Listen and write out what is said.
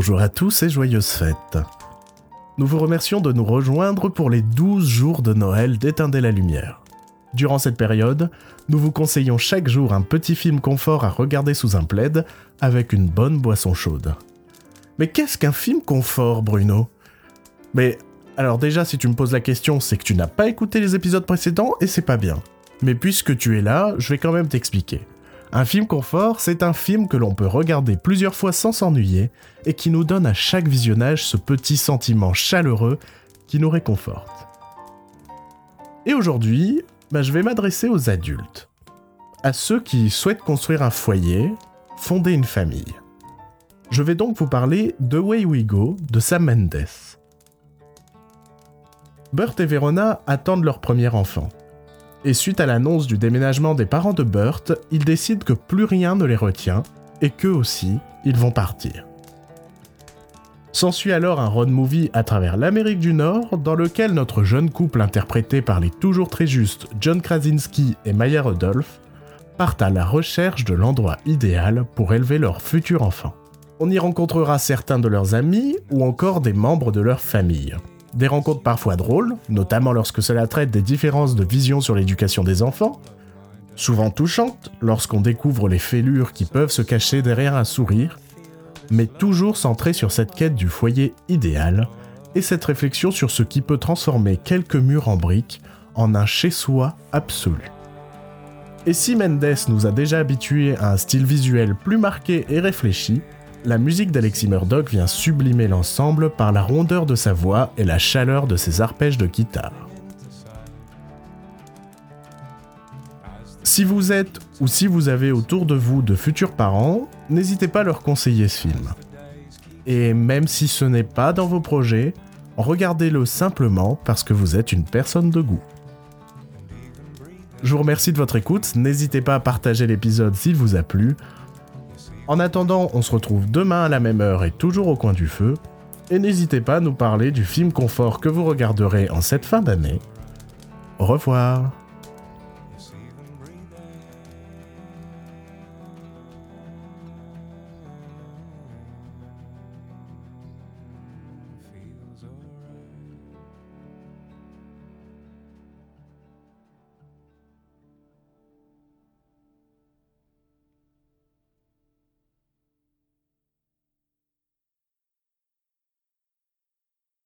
Bonjour à tous et joyeuses fêtes. Nous vous remercions de nous rejoindre pour les 12 jours de Noël d'Éteindre la lumière. Durant cette période, nous vous conseillons chaque jour un petit film confort à regarder sous un plaid avec une bonne boisson chaude. Mais qu'est-ce qu'un film confort, Bruno ? Mais alors déjà, si tu me poses la question, c'est que tu n'as pas écouté les épisodes précédents et c'est pas bien. Mais puisque tu es là, je vais quand même t'expliquer. Un film confort, c'est un film que l'on peut regarder plusieurs fois sans s'ennuyer et qui nous donne à chaque visionnage ce petit sentiment chaleureux qui nous réconforte. Et aujourd'hui, je vais m'adresser aux adultes, à ceux qui souhaitent construire un foyer, fonder une famille. Je vais donc vous parler de Away We Go de Sam Mendes. Burt et Verona attendent leur premier enfant. Et suite à l'annonce du déménagement des parents de Burt, ils décident que plus rien ne les retient et qu'eux aussi, ils vont partir. S'ensuit alors un road movie à travers l'Amérique du Nord dans lequel notre jeune couple interprété par les toujours très justes John Krasinski et Maya Rudolph partent à la recherche de l'endroit idéal pour élever leur futur enfant. On y rencontrera certains de leurs amis ou encore des membres de leur famille. Des rencontres parfois drôles, notamment lorsque cela traite des différences de vision sur l'éducation des enfants, souvent touchantes lorsqu'on découvre les fêlures qui peuvent se cacher derrière un sourire, mais toujours centrées sur cette quête du foyer idéal et cette réflexion sur ce qui peut transformer quelques murs en briques en un chez-soi absolu. Et si Mendes nous a déjà habitués à un style visuel plus marqué et réfléchi, la musique d'Alexis Murdoch vient sublimer l'ensemble par la rondeur de sa voix et la chaleur de ses arpèges de guitare. Si vous êtes ou si vous avez autour de vous de futurs parents, n'hésitez pas à leur conseiller ce film. Et même si ce n'est pas dans vos projets, regardez-le simplement parce que vous êtes une personne de goût. Je vous remercie de votre écoute, n'hésitez pas à partager l'épisode s'il vous a plu. En attendant, on se retrouve demain à la même heure et toujours au coin du feu. Et n'hésitez pas à nous parler du film confort que vous regarderez en cette fin d'année. Au revoir.